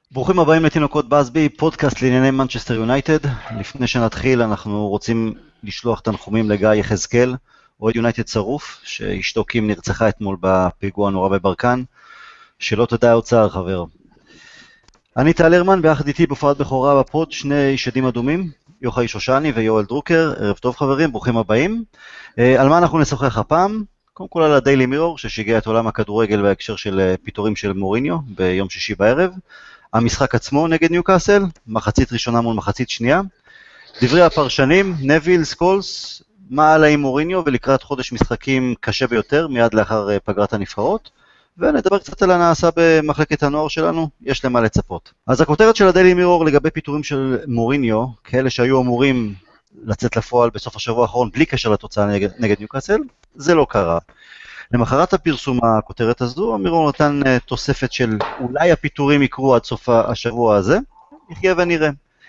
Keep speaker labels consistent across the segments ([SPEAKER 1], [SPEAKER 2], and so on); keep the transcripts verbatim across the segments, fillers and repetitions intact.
[SPEAKER 1] ברוכים הבאים לתינוקות בסבי, פודקאסט לענייני מנצ'סטר יונייטד. לפני שנתחיל אנחנו רוצים לשלוח תנחומים לגיא יחזקאל, אוהד יונייטד שרוף, שאשתו קים נרצחה אתמול בפיגוע נורא בברקן. שלא תדע עוד צער חבר. אני טל הרמן, ביחד איתי בהופעת בכורה בפוד שני שדים אדומים, יוחאי שושני ויואל דרוקר. ערב טוב חברים, ברוכים הבאים. על מה אנחנו נשוחח הפעם? קודם כל על הדיילי מירור ששיגע את עולם הכדורגל בהקשר של פיטורים של מוריניו ביום שישי בערב. המשחק עצמו נגד ניוקאסל, מחצית ראשונה מול מחצית שנייה. דברי הפרשנים, נביל, סקולס, מה עלה עם מוריניו ולקראת חודש משחקים קשה ביותר מיד לאחר פגרת הנבחרות. ונדבר קצת על הנעשה במחלקת הנוער שלנו, יש למה לצפות. אז הכותרת של הדיילי מירור לגבי פיטורים של מוריניו, כאלה שהיו אמורים לצאת לפועל בסוף השבוע האחרון בלי קשר לתוצאה נגד, נגד ניוקאסל, זה לא קרה. למחרת הפרסום הכותרת הזו, מירור נתן תוספת של אולי הפיטורים יקרו עד סוף השבוע הזה, נחיה ונראה.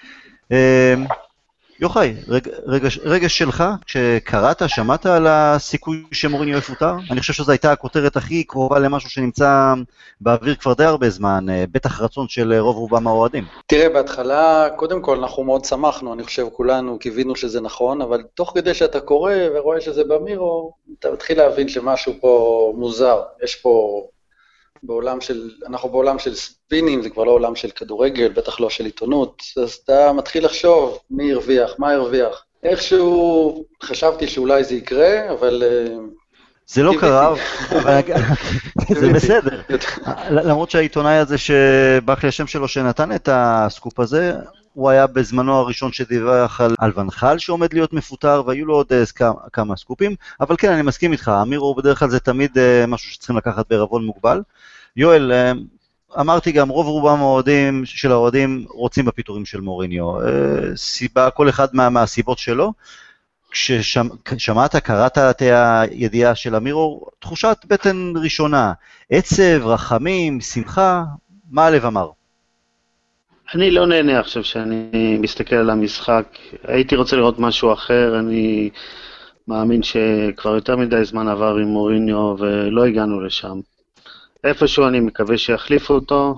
[SPEAKER 1] יוחאי, רגע, רגע, רגע שלך, כשקראת, שמעת על הסיכוי שמוריניו יפוטר? אני חושב שזו הייתה הכותרת הכי קרובה למשהו שנמצא באוויר כבר די הרבה זמן, בטח רצון של רוב רובם האוהדים.
[SPEAKER 2] תראה, בהתחלה, קודם כל אנחנו מאוד שמחנו, אני חושב כולנו קיווינו שזה נכון, אבל תוך כדי שאתה קורא ורואה שזה במירו, אתה מתחיל להבין שמשהו פה מוזר. יש פה בעולם של, אנחנו בעולם של ספינים, זה כבר לא עולם של כדורגל, בטח לא של עיתונות, אז אתה מתחיל לחשוב מי הרוויח, מה הרוויח. איכשהו חשבתי שאולי זה יקרה, אבל
[SPEAKER 1] זה לא קרה, זה בסדר. למרות שהעיתונאי הזה שבח לי השם שלו שנתן את הסקופ הזה, הוא היה בזמנו הראשון שדיווח על ונחל שעומד להיות מפוטר, והיו לו עוד כמה סקופים, אבל כן, אני מסכים איתך, אמירו בדרך כלל זה תמיד משהו שצריכים לקחת בערבון מוגבל. יואל, אמרתי גם, רוב רובם האוהדים של האוהדים רוצים בפיטורים של מוריניו, סיבה, כל אחד מה, מהסיבות שלו. כששמעת, קראת את הידיעה של אמירו, תחושת בטן ראשונה, עצב, רחמים, שמחה, מה הלב אמר?
[SPEAKER 3] אני לא נהנה עכשיו שאני מסתכל על המשחק, הייתי רוצה לראות משהו אחר, אני מאמין שכבר יותר מדי זמן עבר עם מוריניו ולא הגענו לשם. איפשהו אני מקווה שיחליפו אותו,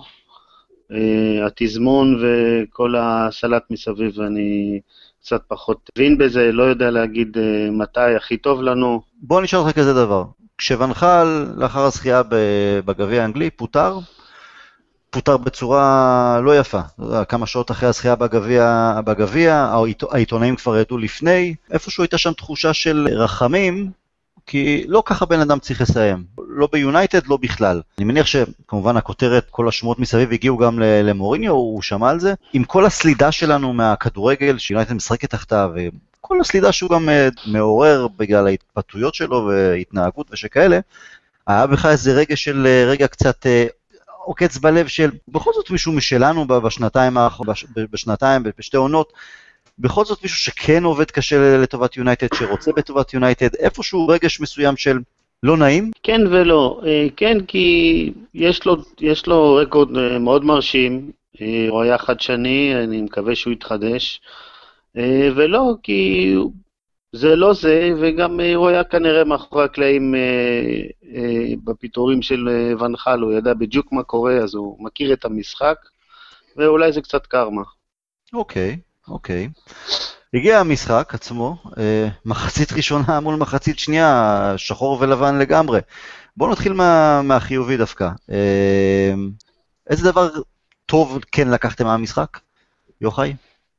[SPEAKER 3] התזמון וכל הסלט מסביב, ואני קצת פחות מבין בזה, לא יודע להגיד מתי הכי טוב לנו.
[SPEAKER 1] בוא נשאר לך כזה דבר, כשוונחל לאחר הזכייה בגביע האנגלי פוטר, פוטר בצורה לא יפה, כמה שעות אחרי הזכייה בגביע, בגביע, העיתונאים כבר ידעו לפני, איפשהו הייתה שם תחושה של רחמים, כי לא ככה בן אדם צריך לסיים, לא ביונייטד, לא בכלל. אני מניח שכמובן הכותרת, כל השמועות מסביב הגיעו גם למוריניו, הוא שמע על זה. עם כל הסלידה שלנו מהכדורגל, שיונייטד משחקת תחתיו, וכל הסלידה שהוא גם מעורר בגלל ההתפתויות שלו והתנהגות ושכאלה, היה בכלל איזה רגע של, רגע קצת עוקץ בלב של, בכל זאת מישהו משלנו בשנתיים, בשנתיים, בשתי עונות, בכל זאת מישהו שכן עובד קשה לטובת יונייטד, שרוצה בטובת יונייטד, איפשהו רגש מסוים של לא נעים?
[SPEAKER 3] כן ולא, כן, כי יש לו, יש לו רקורד מאוד מרשים, הוא היה חדשני, אני מקווה שהוא יתחדש, ולא, כי זה לא זה, וגם הוא היה כנראה מאחורי הקלעים בפיטורים של ונחל, הוא ידע בדיוק מה קורה, אז הוא מכיר את המשחק, ואולי זה קצת קרמה.
[SPEAKER 1] אוקיי. אוקיי, הגיע המשחק עצמו, מחצית ראשונה מול מחצית שנייה, שחור ולבן לגמרי. בואו נתחיל מה, מהחיובי דווקא. איזה דבר טוב כן לקחתם מהמשחק, יוחאי?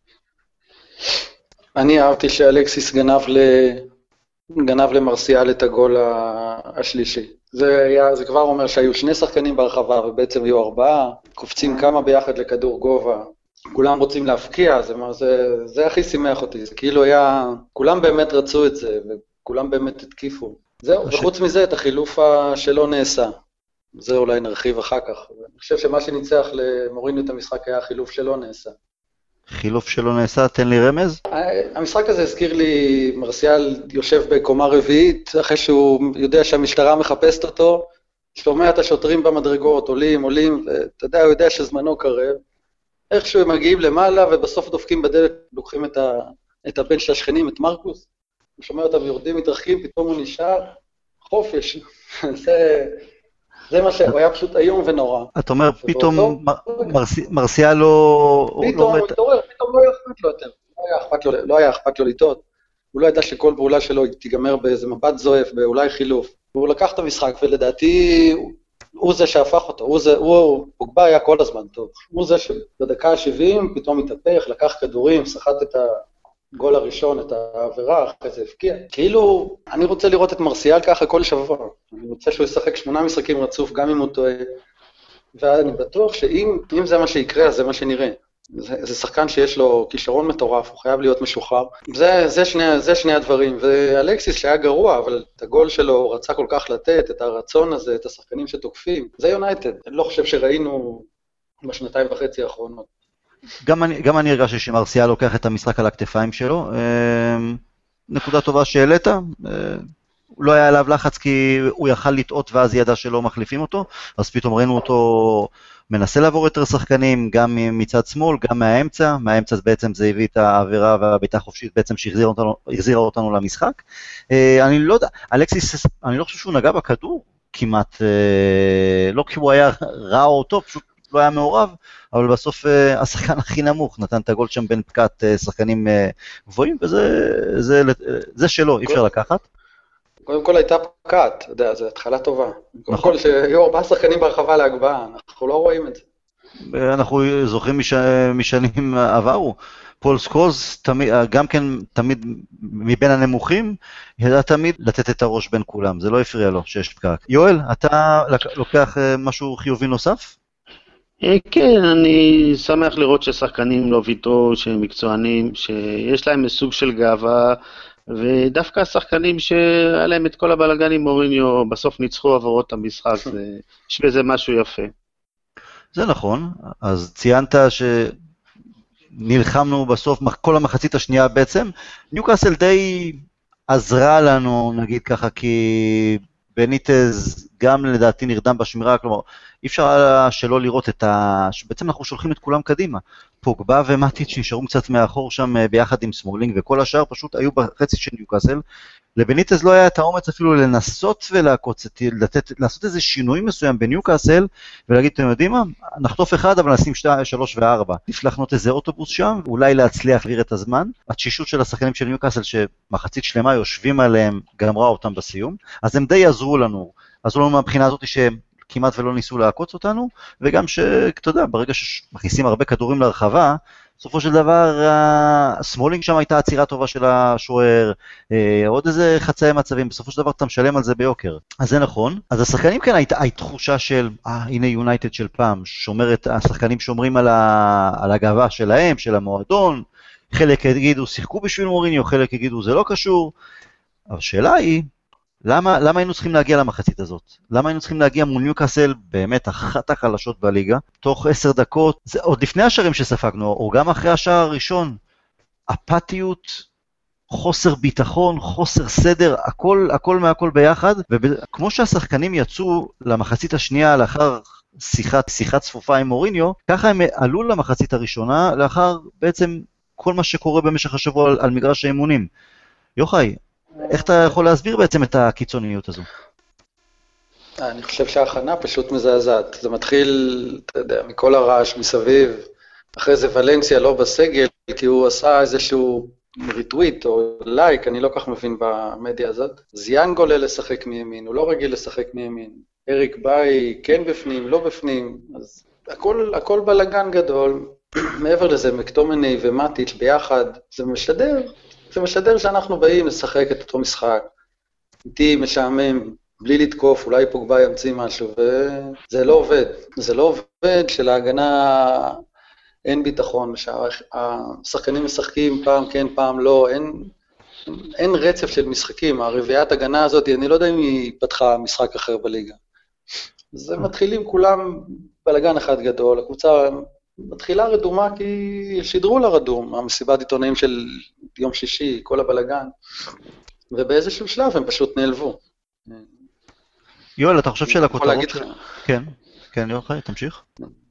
[SPEAKER 2] אני אהבתי שאלקסיס גנב, ל... גנב למרסיאל את הגול השלישי. זה, היה, זה כבר אומר שהיו שני שחקנים ברחבה ובעצם היו ארבעה, קופצים כמה ביחד לכדור גובה. כולם רוצים להפקיע, זה, זה, זה הכי שימח אותי, זה כאילו היה, כולם באמת רצו את זה, וכולם באמת התקיפו. זהו, הש... וחוץ מזה, את החילוף שלא נעשה. זה אולי נרחיב אחר כך. אני חושב שמה שניצח למוריניו את המשחק היה החילוף שלא נעשה.
[SPEAKER 1] חילוף שלא נעשה, תן לי רמז.
[SPEAKER 2] המשחק הזה הזכיר לי, מרסיאל יושב בקומה רביעית, אחרי שהוא יודע שהמשטרה מחפשת אותו, שומע את השוטרים במדרגות, עולים, עולים, ואתה יודע, הוא יודע שזמנו קרב. איכשהו הם מגיעים למעלה, ובסוף דופקים בדלת, לוקחים את, ה, את הבן של השכנים, את מרקוס, הוא שומע אותם יורדים, מתרחקים, פתאום הוא נשאר, חופש. זה, זה מה שהוא היה פשוט איום ונורא.
[SPEAKER 1] אתה אומר, פתאום מרסיאל לא...
[SPEAKER 2] פתאום הוא התעורר, פתאום לא היה אכפת לו יותר. לא היה אכפת לו לטעות. הוא לא ידע שכל פעולה שלו תיגמר באיזה מבט זועף, באולי חילוף. והוא לקח את המשחק, ולדעתי הוא זה שהפך אותו. הוא זה, הוא, פוגבה היה כל הזמן טוב. הוא זה שבדקה ה-שבעים פתאום התהפך, לקח כדורים, שחט את הגול הראשון, את העבירה, אחרי זה הפקיע. כאילו, אני רוצה לראות את מרסיאל ככה כל שבוע. אני רוצה שהוא ישחק שמונה משחקים רצוף, גם אם הוא טועה. ואני בטוח שאם אם זה מה שיקרה, אז זה מה שנראה. זה, זה שחקן שיש לו כישרון מטורף, הוא חייב להיות משוחרר. זה, זה, שני, זה שני הדברים. ואלקסיס שהיה גרוע, אבל את הגול שלו הוא רצה כל כך לתת, את הרצון הזה, את השחקנים שתוקפים. זה יונייטד. אני לא חושב שראינו בשנתיים וחצי האחרונות.
[SPEAKER 1] גם אני, גם אני הרגשתי שמרסיאל לוקח את המשחק על הכתפיים שלו. נקודה טובה שהעלית. הוא לא היה עליו לחץ כי הוא יכל לטעות ואז ידע שלא מחליפים אותו, אז פתאום ראינו אותו מנסה לעבור יותר שחקנים, גם מצד שמאל, גם מהאמצע, מהאמצע בעצם זה הביא את העבירה והביתה החופשית בעצם שהחזירה אותנו, אותנו למשחק. אני לא יודע, אלקסיס, אני לא חושב שהוא נגע בכדור כמעט, לא כי הוא היה רע או טוב, פשוט לא היה מעורב, אבל בסוף השחקן הכי נמוך נתן את הגול שם בין פקעת שחקנים גבוהים, וזה זה, זה שלו, אי אפשר לקחת.
[SPEAKER 2] קודם כל הייתה פקעת, אתה יודע, זו התחלה טובה. קודם כל שהיו ארבעה שחקנים ברחבה להגבהה, אנחנו לא רואים את זה.
[SPEAKER 1] אנחנו זוכרים מש... משנים עברו. פול סקולס, תמיד, גם כן תמיד מבין הנמוכים, ידע תמיד לתת את הראש בין כולם, זה לא הפריע לו שיש פקעת. יואל, אתה לוקח משהו חיובי נוסף?
[SPEAKER 3] כן, אני שמח לראות ששחקנים לא ויתרו, שהם מקצוענים, שיש להם סוג של גאווה, ודווקא השחקנים שהיה להם את כל הבלגן עם מוריניו, בסוף ניצחו עבורות את המשחק, יש בזה משהו יפה.
[SPEAKER 1] זה נכון, אז ציינת שנלחמנו בסוף, כל המחצית השנייה בעצם, ניוקאסל די עזרה לנו, נגיד ככה, כי בניטז גם לדעתי נרדם בשמירה, כלומר, אי אפשר שלא לראות את ה... בעצם אנחנו שולחים את כולם קדימה. פוגבה ומטיץ' נשארו קצת מאחור שם ביחד עם סמולינג, וכל השאר פשוט היו בחצי של ניוקאסל. לבניטז לא היה את האומץ אפילו לנסות ולעקוץ, לתת, לעשות איזה שינוי מסוים בניוקאסל, ולהגיד, אתם יודעים מה? נחטוף אחד, אבל נשים שתי, שלוש וארבע. לפלחנות איזה אוטובוס שם, אולי להצליח להעביר את הזמן. התשישות של השחקנים של ניוקאסל, שמחצית שלמה יושבים עליהם, גמרה אותם בסיום, אז הם די עזרו לנו. עזרו לנו מהבחינה הזאת שהם כמעט ולא ניסו לעקוץ אותנו, וגם שאתה יודע, ברגע שמכניסים הרבה כדורים לרחבה, בסופו של דבר, הסמולינג שם הייתה עצירה טובה של השוער, עוד איזה חצאי מצבים, בסופו של דבר אתה משלם על זה ביוקר. אז זה נכון. אז השחקנים כאן הייתה תחושה של, אה, הנה יונייטד של פעם, שומרת, השחקנים שומרים על, ה, על הגאווה שלהם, של המועדון, חלק יגידו, שיחקו בשביל מוריניו, חלק יגידו, זה לא קשור. אבל השאלה היא, למה, למה היינו צריכים להגיע למחצית הזאת? למה היינו צריכים להגיע מול ניוקאסל, באמת אחת החלשות בליגה, תוך עשר דקות, זה עוד לפני השערים שספגנו, או גם אחרי השער הראשון, אפתיות, חוסר ביטחון, חוסר סדר, הכל, הכל מהכל ביחד, וכמו שהשחקנים יצאו למחצית השנייה לאחר שיחת, שיחת צפופה עם מוריניו, ככה הם עלו למחצית הראשונה, לאחר בעצם כל מה שקורה במשך השבוע על, על מגרש האימונים. יוחאי, איך אתה יכול להסביר בעצם את הקיצוניות הזו?
[SPEAKER 2] אני חושב שההכנה פשוט מזעזעת. זה מתחיל, אתה יודע, מכל הרעש מסביב. אחרי זה ולנסיה לא בסגל, כי הוא עשה איזשהו ריטוויט או לייק, אני לא כך מבין במדיה הזאת. זיאנג עולה לשחק מימין, הוא לא רגיל לשחק מימין. אריק ביי כן בפנים, לא בפנים. אז הכל, הכל בלגן גדול. מעבר לזה, מקטומני ומטיץ' ביחד, זה משדר. זה משדר שאנחנו באים לשחק את אותו משחק, איתי משעמם, בלי לתקוף, אולי פוגבה ימציא משהו, וזה לא עובד. זה לא עובד שלהגנה אין ביטחון, שהשחקנים משחקים פעם כן, פעם לא, אין, אין רצף של משחקים. הרביעיית הגנה הזאת, אני לא יודע אם היא פתחה משחק אחר בליגה. זה מתחילים כולם בלגן אחד גדול, הקבוצה מתחילה רדומה כי שידרו לה רדום, המסיבת עיתונאים של יום שישי, כל הבלגן, ובאיזשהו שלב הם פשוט נעלבו.
[SPEAKER 1] יואל, אתה חושב שלכותרות... כן, כן, יוחאי, תמשיך.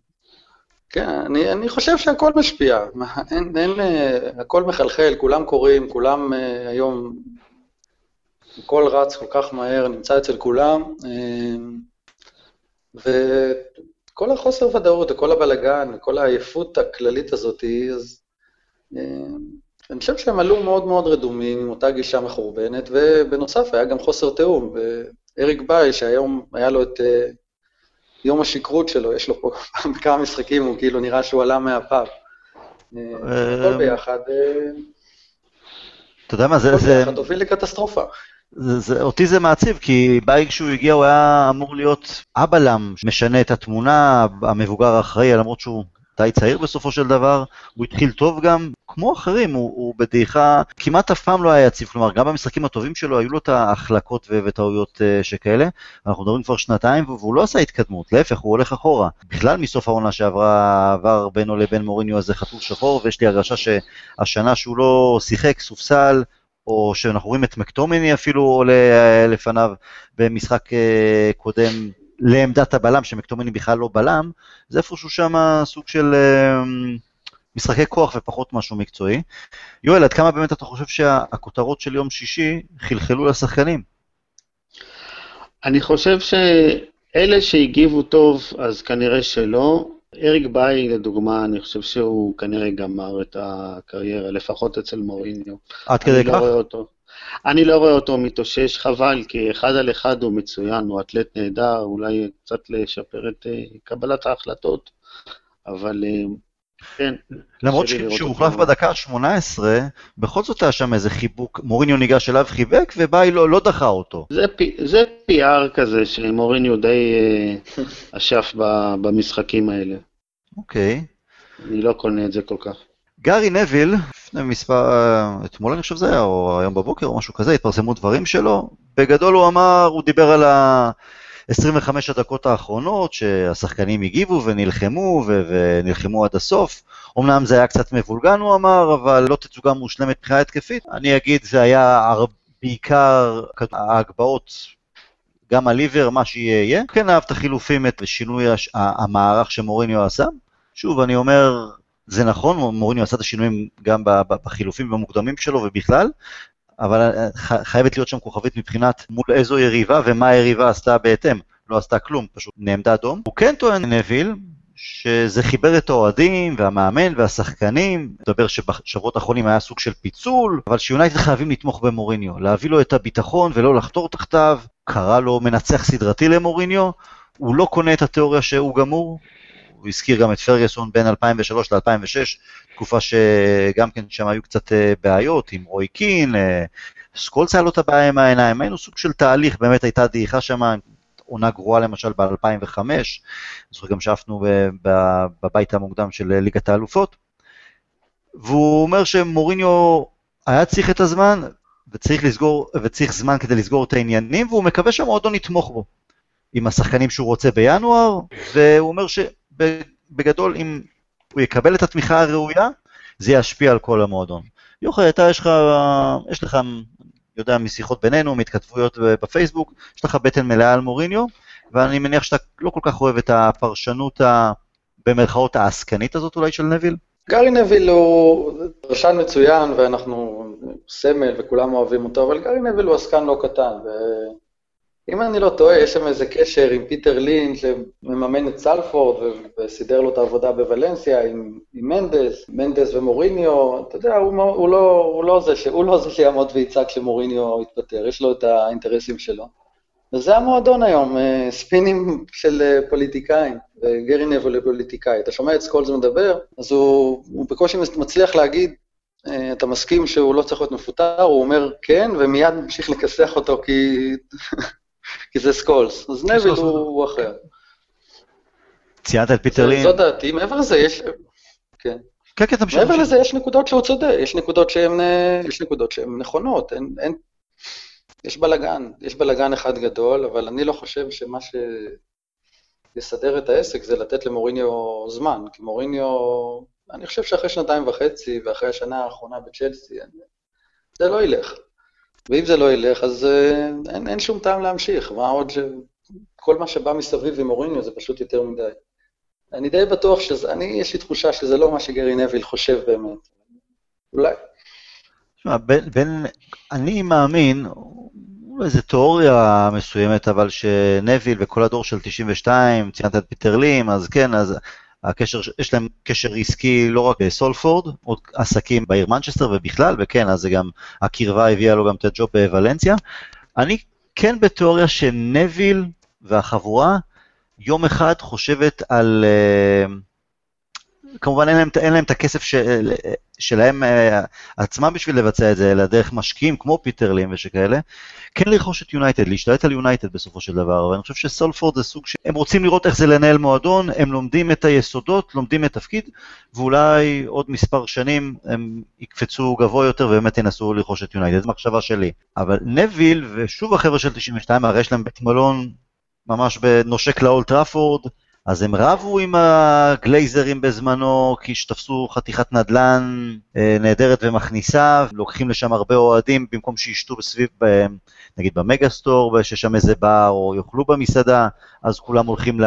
[SPEAKER 2] כן, אני, אני חושב שהכל משפיע, אין, אין, הכל מחלחל, כולם קוראים, כולם היום, הכל רץ כל כך מהר, נמצא אצל כולם, וכל החוסר ודאות וכל הבלגן וכל העייפות הכללית הזאת, אז אני חושב שהם עלו מאוד מאוד רדומים עם אותה גישה מחורבנת, ובנוסף היה גם חוסר תיאום, ואריק ביי שהיום היה לו את יום השקרות שלו, יש לו פה כמה משחקים, הוא כאילו נראה שהוא עלה מהפאב. הכל ביחד,
[SPEAKER 1] אתה יודע מה, זה...
[SPEAKER 2] הכל ביחד הוביל לקטסטרופה.
[SPEAKER 1] אותי זה מעציב, כי ביי כשהוא הגיע הוא היה אמור להיות הבלם, משנה את התמונה, המבוגר האחראי, למרות שהוא די צעיר בסופו של דבר, הוא התחיל טוב גם, כמו אחרים, הוא, הוא בדעיכה, כמעט אף פעם לא היה יציב, כלומר, גם במשחקים הטובים שלו, היו לו את ההחלקות וטעויות שכאלה, אנחנו מדברים כבר שנתיים, והוא לא עשה התקדמות, להפך, הוא הולך אחורה. בכלל מסוף העונה שעברה, עבר בינו לבין מוריניו הזה חתול שחור, ויש לי הרגשה שהשנה שהוא לא שיחק, סופסל, או שאנחנו רואים את מקטומני אפילו עולה לפניו במשחק קודם, לעמדת הבלם, שמקטומני בכלל לא בלם, זה איפשהו שם סוג של משחקי כוח ופחות משהו מקצועי. יואל, עד כמה באמת אתה חושב שהכותרות של יום שישי חלחלו לשחקנים?
[SPEAKER 3] אני חושב שאלה שהגיבו טוב, אז כנראה שלא. אריק ביי, לדוגמה, אני חושב שהוא כנראה גמר את הקריירה, לפחות אצל מוריניו.
[SPEAKER 1] עד כדי כך?
[SPEAKER 3] לא אני לא רואה אותו מתאושש, חבל, כי אחד על אחד הוא מצוין, הוא אתלט נהדר, אולי קצת לשפר את קבלת ההחלטות, אבל כן.
[SPEAKER 1] למרות שהוא הוחלף בדקה ה-שמונה עשרה, בכל זאת היה שם איזה חיבוק, מוריניו ניגש אליו חיבק, וביי לא, לא דחה אותו.
[SPEAKER 3] זה, זה פי אר כזה, שמוריניו די אשף במשחקים האלה.
[SPEAKER 1] אוקיי.
[SPEAKER 3] אני לא קונה את זה כל כך.
[SPEAKER 1] גארי נביל, לפני מספר, אתמול אני חושב זה היה, או היום בבוקר, או משהו כזה, התפרסמו דברים שלו, בגדול הוא אמר, הוא דיבר על ה-עשרים וחמש הדקות האחרונות, שהשחקנים הגיבו ונלחמו, ונלחמו עד הסוף, אמנם זה היה קצת מבולגן, הוא אמר, אבל לא תצוגה מושלמת מבחינה התקפית, אני אגיד, זה היה בעיקר ההגבעות, גם הליבר, מה שיהיה, כן אהב את החילופים, את שינוי המערך שמוריניו עשה, שוב, אני אומר, זה נכון, מוריניו עשה את השינויים גם בחילופים במוקדמים שלו ובכלל, אבל חייבת להיות שם כוכבית מבחינת מול איזו יריבה ומה היריבה עשתה בהתאם, לא עשתה כלום, פשוט נעמדה אדום. הוא כן טוען נביל שזה חיבר את האוהדים והמאמן והשחקנים, מדבר שבשבועות האחרונים היה סוג של פיצול, אבל שיונייטד חייבים לתמוך במוריניו, להביא לו את הביטחון ולא לחתור תחתיו, קרא לו מנצח סדרתי למוריניו, הוא לא קונה את התיאוריה שהוא גמור, הוא הזכיר גם את פרגוסון בין אלפיים ושלוש ל-אלפיים ושש, תקופה שגם כן שם היו קצת בעיות עם רוי קין, סקולס היה לו את הבעיה עם העיניים, היינו סוג של תהליך, באמת הייתה דעיכה שם, עונה גרועה למשל ב-אלפיים וחמש, זוכר גם שאפנו בבית המוקדם של ליגת האלופות, והוא אומר שמוריניו היה צריך את הזמן, וצריך, לסגור, וצריך זמן כדי לסגור את העניינים, והוא מקווה שהמועדון יתמוך בו, עם השחקנים שהוא רוצה בינואר, והוא אומר שבגדול, אם הוא יקבל את התמיכה הראויה, זה ישפיע על כל המועדון. יוחאי, אתה יש לך, יש לך, יודע, משיחות בינינו, מתכתבויות בפייסבוק, יש לך בטן מלאה על מוריניו, ואני מניח שאתה לא כל כך אוהב את הפרשנות במרכאות העסקנית הזאת אולי של נביל?
[SPEAKER 2] גארי נביל הוא רשן מצוין, ואנחנו סמל וכולם אוהבים אותו, אבל גארי נביל הוא עסקן לא קטן, ואם אני לא טועה, יש שם איזה קשר עם פיטר לין, שמממן את סלפורד, וסידר לו את העבודה בוולנסיה, עם, עם מנדס, מנדס ומוריניו, אתה יודע, הוא, הוא, לא, הוא, לא זה ש, הוא לא זה שיעמוד ויצעק כשמוריניו יתפטר, יש לו את האינטרסים שלו. וזה המועדון היום, ספינים של פוליטיקאים, וגארי נביל לפוליטיקאי. אתה שומע את סקולס מדבר, אז הוא, הוא בקושי מצליח להגיד, אתה מסכים שהוא לא צריך להיות מפוטר, הוא אומר כן, ומיד ממשיך לכסח אותו, כי, כי זה סקולס. אז נביל הוא, הוא אחר.
[SPEAKER 1] ציינת את פיטר לין.
[SPEAKER 2] זו דעתי, מעבר לזה יש... כן.
[SPEAKER 1] כן, כן, תמשיך.
[SPEAKER 2] מעבר לזה יש נקודות שהוא צודק, יש נקודות שהן, יש נקודות שהן נכונות, אין... אין יש בלגן, יש בלגן אחד גדול, אבל אני לא חושב שמה שיסדר את העסק זה לתת למוריניו זמן, כי מוריניו, אני חושב שאחרי שנתיים וחצי, ואחרי השנה האחרונה בצ'לסי, זה לא ילך. ואם זה לא ילך, אז אין, אין שום טעם להמשיך, מה עוד שכל מה שבא מסביב עם מוריניו זה פשוט יותר מדי. אני די בטוח שזה, אני, יש לי תחושה שזה לא מה שגארי נביל חושב באמת. אולי.
[SPEAKER 1] בין, בין, אני מאמין, איזו תיאוריה מסוימת, אבל שנביל וכל הדור של תשעים ושתיים, ציינת את פיטר לים, אז כן, אז הקשר, יש להם קשר עסקי לא רק בסולפורד, עוד עסקים בעיר מנצ'סטר ובכלל, וכן, אז זה גם, הקרבה הביאה לו גם את הג'וב בוולנסיה. אני כן בתיאוריה שנביל והחבורה, יום אחד חושבת על, כמובן אין להם, אין להם את הכסף של, שלהם עצמם בשביל לבצע את זה, אלא דרך משקיעים כמו פיטר לים ושכאלה, כן לרכוש את יונייטד, להשתלט על יונייטד בסופו של דבר, ואני חושב שסולפורד זה סוג שהם רוצים לראות איך זה לנהל מועדון, הם לומדים את היסודות, לומדים את תפקיד, ואולי עוד מספר שנים הם יקפצו גבוה יותר, ובאמת ינסו לרכוש את יונייטד, זו מחשבה שלי. אבל נביל ושוב החבר'ה של תשעים ושתיים, הרי יש להם בית מלון ממש בנושק לאולד טראפורד, אז הם רבו עם הגלייזרים בזמנו, כי שתפסו חתיכת נדלן נהדרת ומכניסה, לוקחים לשם הרבה אוהדים, במקום שישתו בסביב, נגיד במגסטור, ששם איזה בר, או יאכלו במסעדה, אז כולם הולכים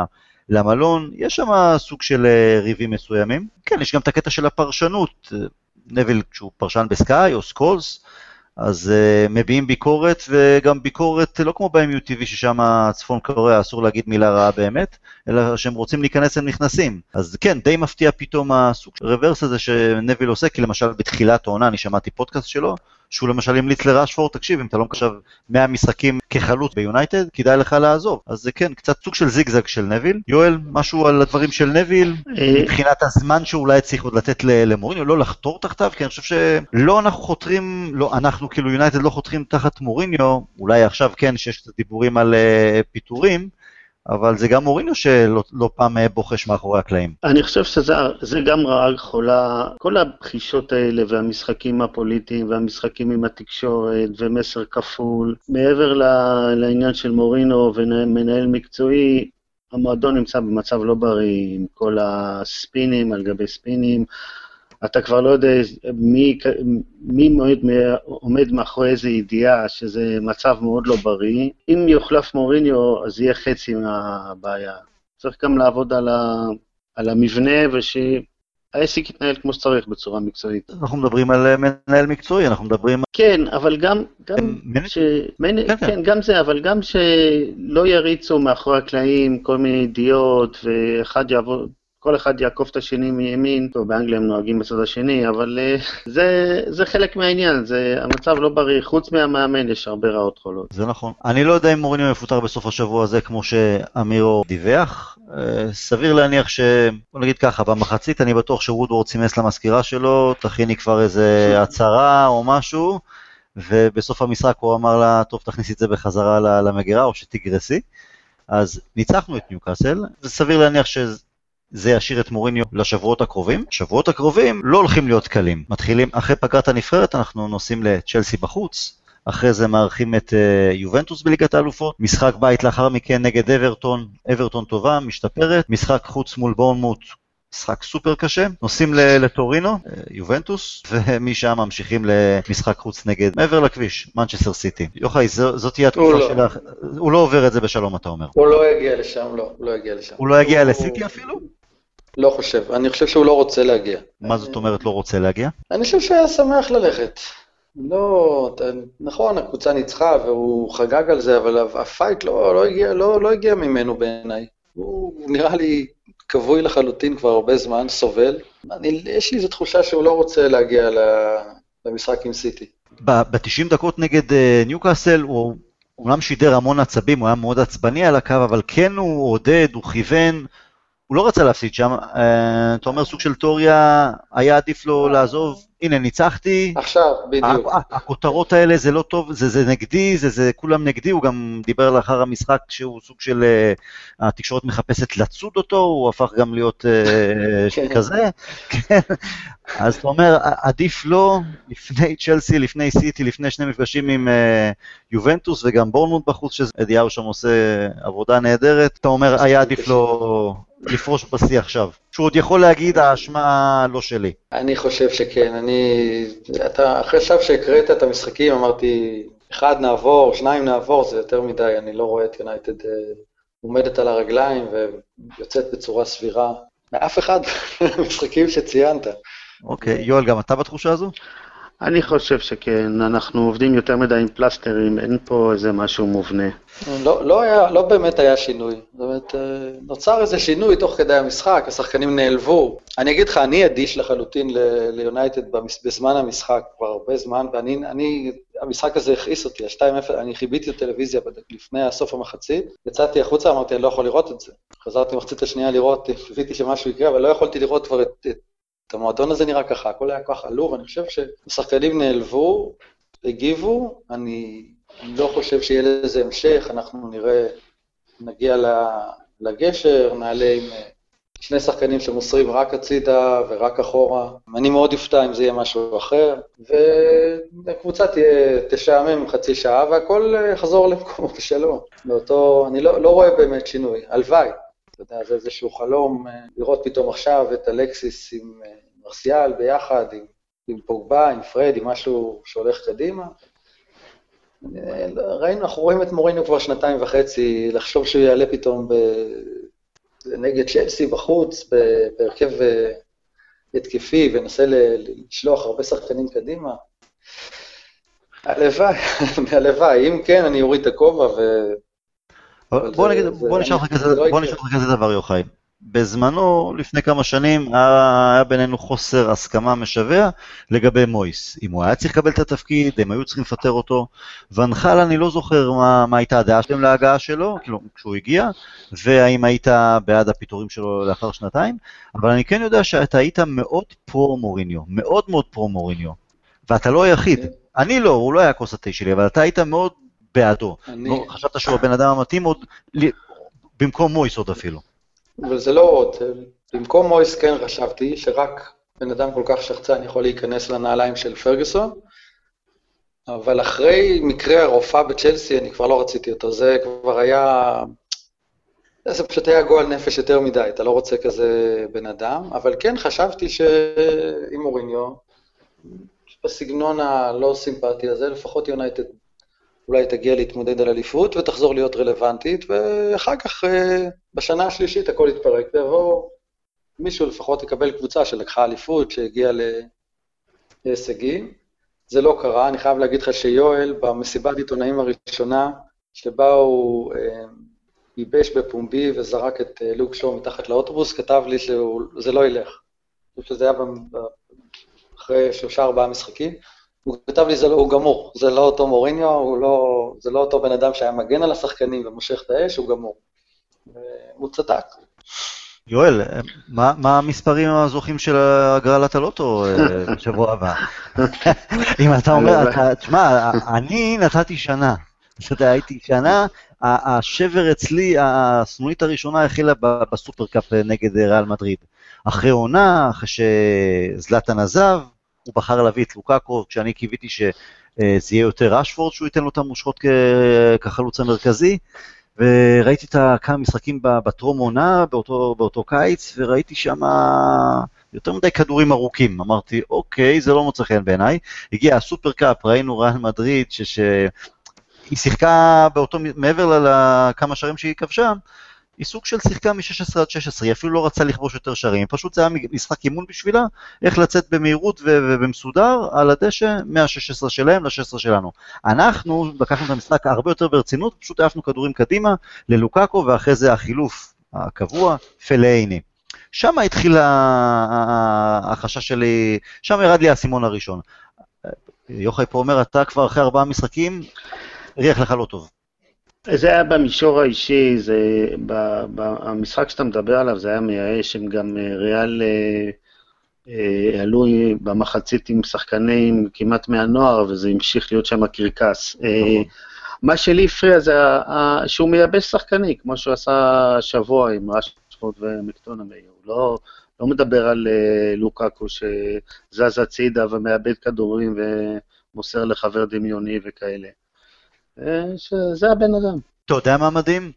[SPEAKER 1] למלון, יש שם סוג של ריבים מסוימים. כן, יש גם את הקטע של הפרשנות, נביל כשהוא פרשן בסקאי או סקולס, אז uh, מביאים ביקורת, וגם ביקורת לא כמו ב-אם יו טי וי ששם צפון קוריאה אסור להגיד מילה רעה באמת, אלא שהם רוצים להיכנס הם נכנסים. אז כן, די מפתיע פתאום הסוג של רוורס הזה שנביל עושה, כי למשל בתחילת העונה אני שמעתי פודקאסט שלו, שהוא למשל המליץ לראשפורד, תקשיב, אם אתה לא מקשב מאה משחקים כחלוץ ביונייטד, כדאי לך לעזוב. אז זה כן, קצת סוג של זיגזג של נביל. יואל, משהו על הדברים של נביל, מבחינת הזמן שאולי צריך עוד לתת למוריניו, לא לחתור תחתיו, כי אני חושב שלא אנחנו חותרים, לא, אנחנו כאילו יונייטד לא חותרים תחת מוריניו, אולי עכשיו כן שיש קצת דיבורים על uh, פיטורים, אבל זה גם מוריניו שלא לא פעם בוחש מאחורי הקלעים.
[SPEAKER 3] אני חושב שזה זה גם רעה חולה, כל הבחישות האלה והמשחקים הפוליטיים והמשחקים עם התקשורת ומסר כפול, מעבר לעניין של מוריניו ומנהל מקצועי, המועדון נמצא במצב לא בריא עם כל הספינים על גבי ספינים, אתה כבר לא יודע מי, מי עומד, עומד מאחורי איזו ידיעה שזה מצב מאוד לא בריא. אם יוחלף מוריניו, אז יהיה חצי מהבעיה. צריך גם לעבוד על, ה, על המבנה, ושהעסק יתנהל כמו שצריך בצורה מקצועית.
[SPEAKER 1] אנחנו מדברים על מנהל מקצועי, אנחנו מדברים...
[SPEAKER 3] כן, אבל גם, גם, ש... מנ... כן, כן, גם זה, אבל גם שלא יריצו מאחורי הקלעים כל מיני ידיעות, ואחד יעבוד... כל אחד יעקוף את השני מימין, טוב, באנגליה הם נוהגים בצד השני, אבל uh, זה, זה חלק מהעניין, זה, המצב לא בריא, חוץ מהמאמן יש הרבה רעות חולות.
[SPEAKER 1] זה נכון. אני לא יודע אם מוריניו מפוטר בסוף השבוע הזה, כמו שאמירו דיווח, uh, סביר להניח ש... בוא נגיד ככה, במחצית אני בטוח שוודוורד סימס למזכירה שלו, תכיני כבר איזה הצהרה או משהו, ובסוף המשחק הוא אמר לה, טוב, תכניסי את זה בחזרה למגירה, או שתגרסי. אז ניצחנו את ניוקאסל, זה סביר להניח ש... זה ישאיר את מוריניו לשבועות הקרובים. שבועות הקרובים לא הולכים להיות קלים. מתחילים, אחרי פגרת הנבחרת, אנחנו נוסעים לצ'לסי בחוץ, אחרי זה מארחים את uh, יובנטוס בליגת האלופות, משחק בית לאחר מכן נגד אברטון, אברטון טובה, משתפרת, משחק חוץ מול בורנמוט, משחק סופר קשה, נוסעים לטורינו, יובנטוס, ומשם ממשיכים למשחק חוץ נגד, מעבר לכביש, מנצ'סטר סיטי. יוחאי, זאת תהיה התקופה שלך, הוא לא עובר את זה בשלום, אתה אומר.
[SPEAKER 2] הוא לא יגיע לשם, לא, הוא לא יגיע לשם.
[SPEAKER 1] הוא לא יגיע לסיטי אפילו?
[SPEAKER 2] לא חושב, אני חושב שהוא לא רוצה להגיע.
[SPEAKER 1] מה זאת אומרת לא רוצה להגיע?
[SPEAKER 2] אני חושב שהיה שמח ללכת. לא, נכון, הקבוצה ניצחה והוא חגג על זה, אבל הפייט לא, לא הגיע, לא, לא הגיע ממנו בעיניי. הוא נראה לי קבוי לחלוטין כבר הרבה זמן, סובל. אני, יש לי איזו תחושה שהוא לא רוצה להגיע למשחק עם סיטי.
[SPEAKER 1] ב-תשעים דקות נגד ניוקאסל הוא אומנם שידר המון עצבים, הוא היה מאוד עצבני על הקו, אבל כן הוא עודד, הוא כיוון, הוא לא רצה להפסיד שם. אתה אומר סוג של תיאוריה, היה עדיף לו לעזוב, הנה ניצחתי.
[SPEAKER 2] עכשיו, בדיוק.
[SPEAKER 1] הכותרות האלה זה לא טוב, זה, זה נגדי, זה, זה כולם נגדי, הוא גם דיבר לאחר המשחק שהוא סוג של, uh, התקשורת מחפשת לצוד אותו, הוא הפך גם להיות uh, כזה. כן. אז אתה אומר, עדיף לו, לפני צ'לסי, לפני סיטי, לפני שני מפגשים עם uh, יובנטוס וגם בורנמוט בחוץ, שאדיהו שם עושה עבודה נהדרת, אתה אומר, היה עדיף לו לפרוש בשיא עכשיו. שהוא עוד יכול להגיד, האשמה לא שלי.
[SPEAKER 2] אני חושב שכן, אני, אתה, אחרי שב שהקראת את המשחקים, אמרתי, אחד נעבור, שניים נעבור, זה יותר מדי, אני לא רואה את יונייטד עומדת על הרגליים ויוצאת בצורה סבירה, מאף אחד משחקים שציינת.
[SPEAKER 1] אוקיי, יואל, גם אתה בתחושה הזו?
[SPEAKER 3] אני חושב שכן, אנחנו עובדים יותר מדי עם פלסטרים, אין פה איזה משהו מובנה.
[SPEAKER 2] לא, לא, היה, לא באמת היה שינוי, זאת אומרת, נוצר איזה שינוי תוך כדי המשחק, השחקנים נעלבו. אני אגיד לך, אני אדיש לחלוטין ליונייטד בזמן המשחק, כבר הרבה זמן, ואני, אני, המשחק הזה הכעיס אותי, ה-שתיים אפס, אני חיביתי את הטלוויזיה לפני הסוף המחצית, יצאתי החוצה, אמרתי, אני לא יכול לראות את זה. חזרתי מחצית השנייה לראות, חיביתי שמשהו יקרה, אבל לא יכולתי לראות כבר את, את, את המועדון הזה נראה ככה, הכל היה ככה עלוב, אני חושב שהשחקנים נעלבו, הגיבו, אני... אני לא חושב שיהיה לזה המשך, אנחנו נראה, נגיע לגשר, נעלה עם שני שחקנים שמוסרים רק הצידה ורק אחורה. אני מאוד יופתע אם זה יהיה משהו אחר, והקבוצה תהיה תשעמם חצי שעה, והכל יחזור למקומו בשלום. באותו, אני לא, לא רואה באמת שינוי, הלוואי. אתה יודע, זה איזשהו חלום, לראות פתאום עכשיו את אלקסיס עם מרסיאל ביחד, עם, עם פוגבה, עם פרד, עם משהו שהולך קדימה. ראינו, אנחנו רואים את מוריניו כבר שנתיים וחצי, לחשוב שהוא יעלה פתאום נגד צ'לסי בחוץ, בהרכב התקפי, ונסה לשלוח הרבה שחקנים קדימה. הלוואי, הלוואי, אם כן, אני אוריד את הכובע ו...
[SPEAKER 1] בוא נשאר לך כזה דבר, יוחאי. בזמנו, לפני כמה שנים, היה בינינו חוסר הסכמה משווה לגבי מויס. אם הוא היה צריך לקבל את התפקיד, הם היו צריכים לפטר אותו. ונחל, אני לא זוכר מה, מה הייתה הדעה שלהם להגעה שלו, כאילו, כשהוא הגיע, והאם היית בעד הפיטורים שלו לאחר שנתיים, אבל אני כן יודע שאתה היית מאוד פרו מוריניו, מאוד מאוד פרו מוריניו, ואתה לא היחיד. אני לא, הוא לא היה כוס התה שלי, אבל אתה היית מאוד בעדו. אני... חשבת שהוא הבן אדם המתאים עוד, במקום מויס עוד אפילו.
[SPEAKER 2] אבל זה לא עוד, במקום מויס כן חשבתי שרק בן אדם כל כך שחצן יכול להיכנס לנעליים של פרגוסון, אבל אחרי מקרה הרופאה בצ'לסי אני כבר לא רציתי אותו, זה כבר היה, זה פשוט היה גועל נפש יותר מדי, אתה לא רוצה כזה בן אדם, אבל כן חשבתי שעם מוריניו, בסגנון הלא סימפטי הזה, לפחות יונייטד אולי תגיע להתמודד על אליפות ותחזור להיות רלוונטית, ואחר כך בשנה השלישית הכל יתפרק, ויבוא מישהו לפחות יקבל קבוצה שלקחה אליפות, שהגיעה להישגים. זה לא קרה, אני חייב להגיד לך שיואל, במסיבת עיתונאים הראשונה, שבה הוא ייבש בפומבי וזרק את לוק שואו מתחת לאוטובוס, כתב לי שזה לא ילך. אני חושב שזה היה אחרי שלושה ארבעה משחקים, הוא כתב לי, זה לא, הוא גמור, זה לא אותו מוריניו, הוא לא, זה לא אותו בן אדם שהיה מגן על השחקנים ומושך את האש, הוא גמור. והוא צדק.
[SPEAKER 1] יואל, מה, מה המספרים הזוכים של הגרלת הלוטו בשבוע הבא? אם אתה אומר, תשמע, אני נתתי שנה, אתה יודע, הייתי שנה, השבר אצלי, הסנונית הראשונה החלה בסופרקאפ נגד ריאל מדריד. אחרי עונה, אחרי שזלאטן עזב, הוא בחר להביא את לוקאקו, כשאני קיוויתי שזה יהיה יותר רשפורד, שהוא ייתן לו את המושכות כחלוץ המרכזי, וראיתי את כמה משחקים בטרום עונה, באותו, באותו קיץ, וראיתי שם יותר מדי כדורים ארוכים. אמרתי, אוקיי, זה לא מוצא חן בעיניי. הגיע הסופרקאפ, ראינו ריאל מדריד, שהיא שיחקה באותו, מעבר לכמה שערים שהיא כבשה, היא סוג של שיחקה מ-שש עשרה עד שש עשרה, היא אפילו לא רצה לכבוש יותר שערים, פשוט זה היה משחק אימון בשבילה, איך לצאת במהירות ובמסודר על הדשא, מה-שש עשרה שלהם ל-שש עשרה שלנו. אנחנו לקחנו את המשחק הרבה יותר ברצינות, פשוט העפנו כדורים קדימה ללוקאקו, ואחרי זה החילוף הקבוע, פלאיני. שם התחיל החשש שלי, שם ירד לי הסימון הראשון. יוחאי פה אומר, אתה כבר אחרי ארבעה משחקים, ריח לך לא טוב.
[SPEAKER 3] זה היה במישור האישי, זה, במשחק שאתה מדבר עליו, זה היה מייאש, הם גם ריאל אה, עלו במחצית עם שחקנים כמעט מהנוער, וזה המשיך להיות שם קרקס. אה, מה שלי הפריע זה שהוא מייבש שחקני, כמו שהוא עשה שבוע עם רשפורד ומקטונמי, הוא לא, לא מדבר על אה, לוקאקו שזז הצידה ומאבד כדורים ומוסר לחבר דמיוני וכאלה. שזה הבן אדם.
[SPEAKER 1] אתה יודע מה מדהים?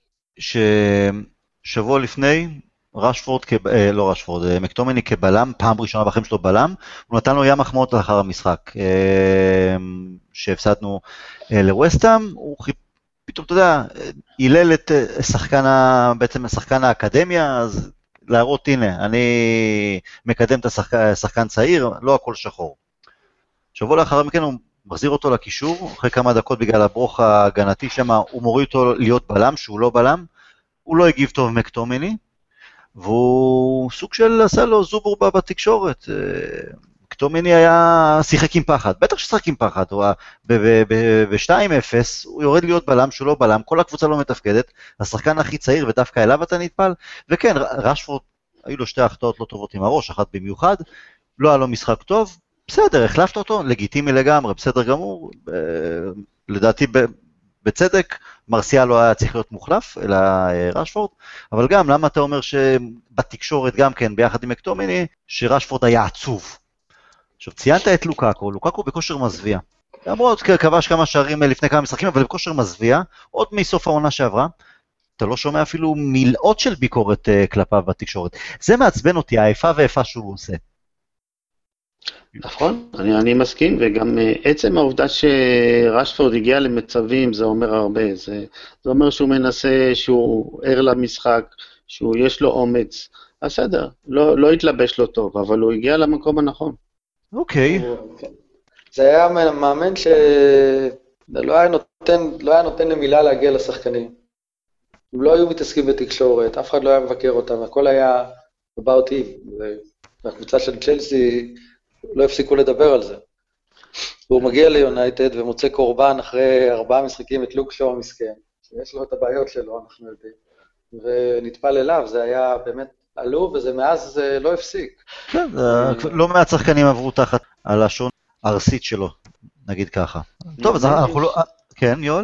[SPEAKER 1] ששבוע לפני, רשפורד, לא רשפורד, מקטומני כבלם, פעם ראשונה בחיים שלו בלם, הוא נתן לו ים מחמאות לאחר המשחק, שהפסדנו לווסטהאם, הוא פתאום, אתה יודע, הילל את שחקן, בעצם שחקן האקדמיה, אז להראות, הנה, אני מקדם את השחקן צעיר, לא הכל שחור. שבוע לאחר מכן הוא מחזיר אותו לקישור, אחרי כמה דקות בגלל הברוך ההגנתי שם, הוא מוריד אותו להיות בלם, שהוא לא בלם, הוא לא הגיב טוב מקטומני, והוא סוג של עשה לו זובור בתקשורת. מקטומני היה שיחק עם פחד, בטח ששחק עם פחד, ב-שתיים אפס הוא יורד להיות בלם שהוא לא בלם, כל הקבוצה לא מתפקדת, השחקן הכי צעיר ודווקא אליו אתה נטפל, וכן, רשפורד, היו לו שתי החטאות לא טובות עם הראש, אחת במיוחד, לא היה לו משחק טוב, בסדר, החלפת אותו, לגיטימי לגמרי, בסדר גמור, לדעתי בצדק, מרסיאל לא היה צריך להיות מוחלף, אלא רשפורד, אבל גם, למה אתה אומר שבתקשורת גם כן, ביחד עם מקטומני, שרשפורד היה עצוב? עכשיו, ציינת את לוקאקו, לוקאקו בכושר מזוויע, למרות כבש כמה שערים לפני כמה משחקים, אבל בכושר מזוויע, עוד מסוף העונה שעברה, אתה לא שומע אפילו מילאות של ביקורת כלפיו בתקשורת. זה מעצבן אותי, האיפה ואיפה שהוא עושה.
[SPEAKER 3] נכון, אני, אני מסכים, וגם עצם העובדה שרשפורד הגיע למצבים, זה אומר הרבה, זה, זה אומר שהוא מנסה, שהוא ער למשחק, שהוא יש לו אומץ, בסדר, לא, לא התלבש לו טוב, אבל הוא הגיע למקום הנכון.
[SPEAKER 1] אוקיי.
[SPEAKER 2] זה היה מאמן שלא היה נותן, לא היה נותן למילה להגיע לשחקנים. הם לא היו מתעסקים בתקשורת, אף אחד לא היה מבקר אותם, הכל היה about him, והקבוצה של צ'לסי לא הפסיקו לדבר על זה. הוא מגיע ליונייטד ומוצא קורבן אחרי ארבעה משחקים את לוק שואו המסכן, שיש לו את הבעיות שלו, אנחנו יודעים, ונטפל אליו, זה היה באמת עלו, וזה מאז לא הפסיק.
[SPEAKER 1] לא מעט שחקנים עברו תחת הלשון ארסית שלו, נגיד ככה. טוב, אז אנחנו לא... כן, יואל?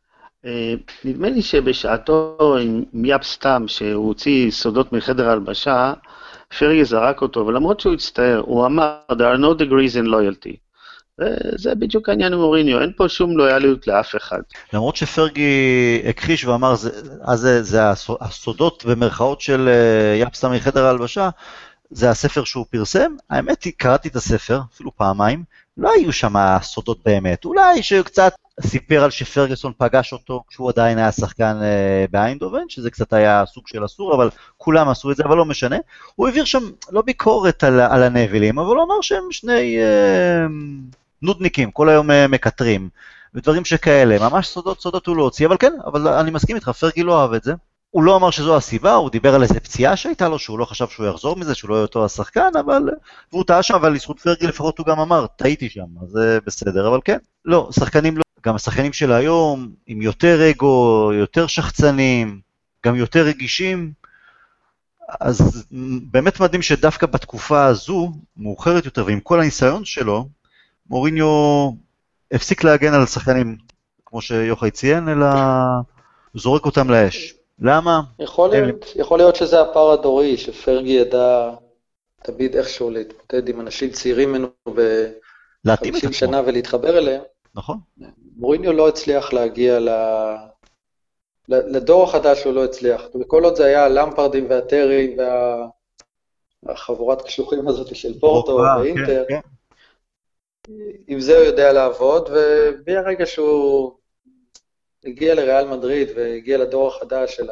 [SPEAKER 3] נדמה לי שבשעתו עם יאפ סתם, שהוא הוציא סודות מחדר הלבשה, פרגי זרק אותו, ולמרות שהוא הצטער, הוא אמר, there are no degrees in loyalty. וזה בדיוק העניין עם מוריניו, אין פה שום לויאליות לאף אחד.
[SPEAKER 1] למרות שפרגי הכחיש ואמר, אז זה, זה הסודות במרכאות של יאפ סתם מחדר הלבשה, זה הספר שהוא פרסם, האמת היא, קראתי את הספר, אפילו פעמיים, לא היו שם סודות באמת, אולי שקצת סיפר על שפרגסון פגש אותו כשהוא עדיין היה שחקן באיינדובן, שזה קצת היה סוג של אסור, אבל כולם עשו את זה, אבל לא משנה. הוא העביר שם לא ביקורת על, על הנבילים, אבל הוא אמר שהם שני אה, נודניקים, כל היום אה, מקטרים, ודברים שכאלה, ממש סודות, סודות הוא לא הוציא, אבל כן, אבל אני מסכים איתך, פרגי לא אוהב את זה. הוא לא אמר שזו הסיבה, הוא דיבר על איזה פציעה שהייתה לו, שהוא לא חשב שהוא יחזור מזה, שהוא לא יהיה אותו השחקן, אבל, והוא טעה שם, אבל לזכות פרגי לפחות הוא גם אמר, טעיתי שם, אז זה בסדר, אבל כן, לא, שחקנים לא, גם השחקנים של היום, עם יותר אגו, יותר שחצנים, גם יותר רגישים, אז באמת מדהים שדווקא בתקופה הזו, מאוחרת יותר, ועם כל הניסיון שלו, מוריניו הפסיק להגן על שחקנים, כמו שיוחאי ציין, אלא זורק אותם לאש. למה?
[SPEAKER 2] יכול להיות, יכול להיות שזה הפער הדורי, שפרגי ידע תמיד איכשהו להתמודד עם אנשים צעירים ממנו ב-חמישים שנה ולהתחבר אליהם.
[SPEAKER 1] נכון.
[SPEAKER 2] מוריניו לא הצליח להגיע ל... לדור החדש הוא לא הצליח. וכל עוד זה היה למפרדים והטרים והחבורת קשוחים הזאת של פורטו ואינטר, כן, כן. עם זה הוא יודע לעבוד, וברגע שהוא הגיע לריאל מדריד והגיע לדור החדש של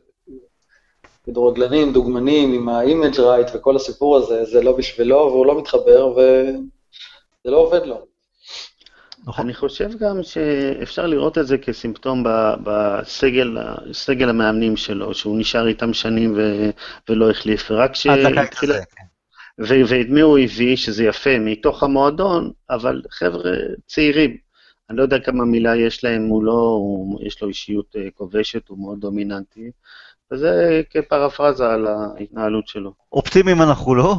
[SPEAKER 2] הדורגלנים, דוגמנים, עם האימג' רייט וכל הסיפור הזה, זה לא בשבילו והוא לא מתחבר וזה לא עובד לו.
[SPEAKER 3] אני חושב גם שאפשר לראות את זה כסימפטום בסגל, סגל המאמנים שלו, שהוא נשאר איתם שנים ולא החליף, ורק שהתחיל... ואת מי הוא הביא, שזה יפה, מתוך המועדון, אבל חבר'ה צעירים, אני לא יודע כמה מילה יש להם מולו, יש לו אישיות כובשת, הוא מאוד דומיננטי, וזה כפרפרזה על ההתנהלות שלו.
[SPEAKER 1] אופטימיים אנחנו לא,